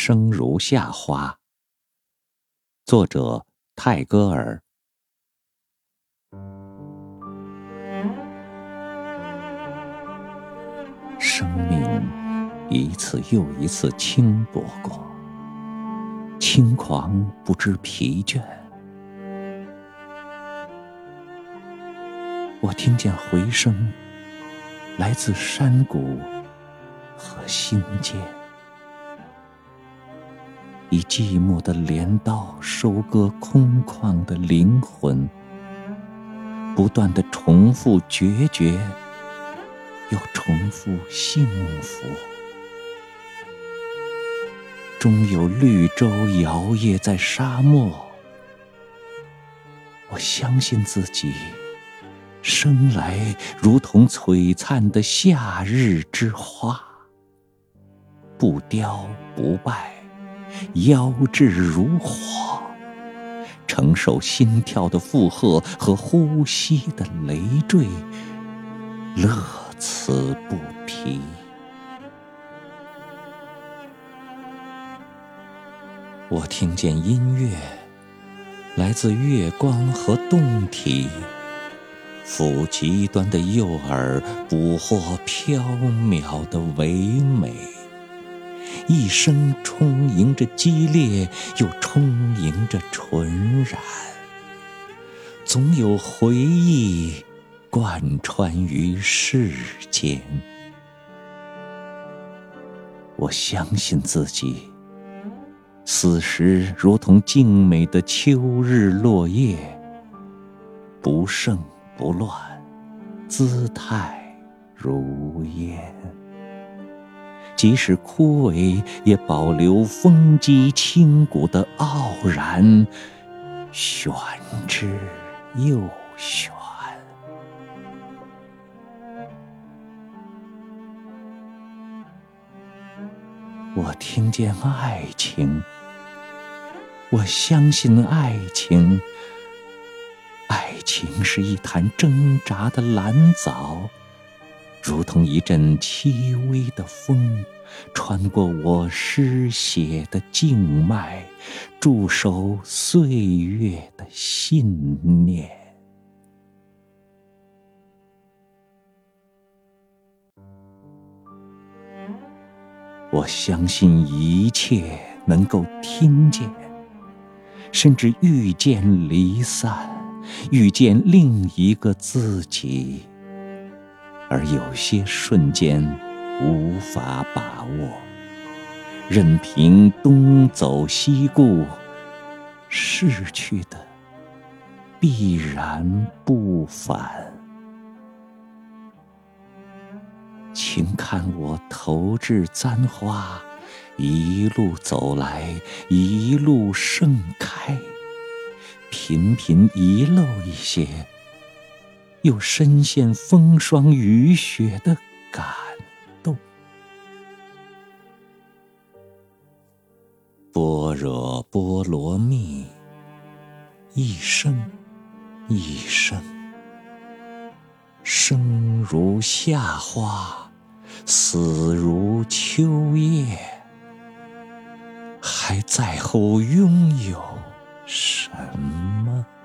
生如夏花。作者泰戈尔。生命一次又一次轻薄过，轻狂不知疲倦。我听见回声，来自山谷和心间，以寂寞的镰刀收割空旷的灵魂，不断地重复决绝，又重复幸福。终有绿洲摇曳在沙漠，我相信自己生来如同璀璨的夏日之花，不凋不败，妖冶如火，承受心跳的负荷和呼吸的累赘，乐此不疲。我听见音乐来自月光和洞体，抚极端的诱饵，捕获缥缈的唯美，一生充盈着激烈，又充盈着纯然，总有回忆贯穿于世间。我相信自己死时如同静美的秋日落叶，不盛不乱，姿态如烟。即使枯萎，也保留风肌清骨的傲然，玄之又玄。我听见爱情，我相信爱情。爱情是一潭挣扎的蓝藻，如同一阵轻微的风，穿过我失血的静脉，驻守岁月的信念。我相信一切能够听见，甚至遇见离散，遇见另一个自己，而有些瞬间无法把握，任凭东走西顾，逝去的必然不返。请看我投掷簪花，一路走来，一路盛开，频频遗漏一些，又深陷风霜雨雪的感动。般若波罗蜜，一生一生，生如夏花，死如秋叶，还在后拥有什么？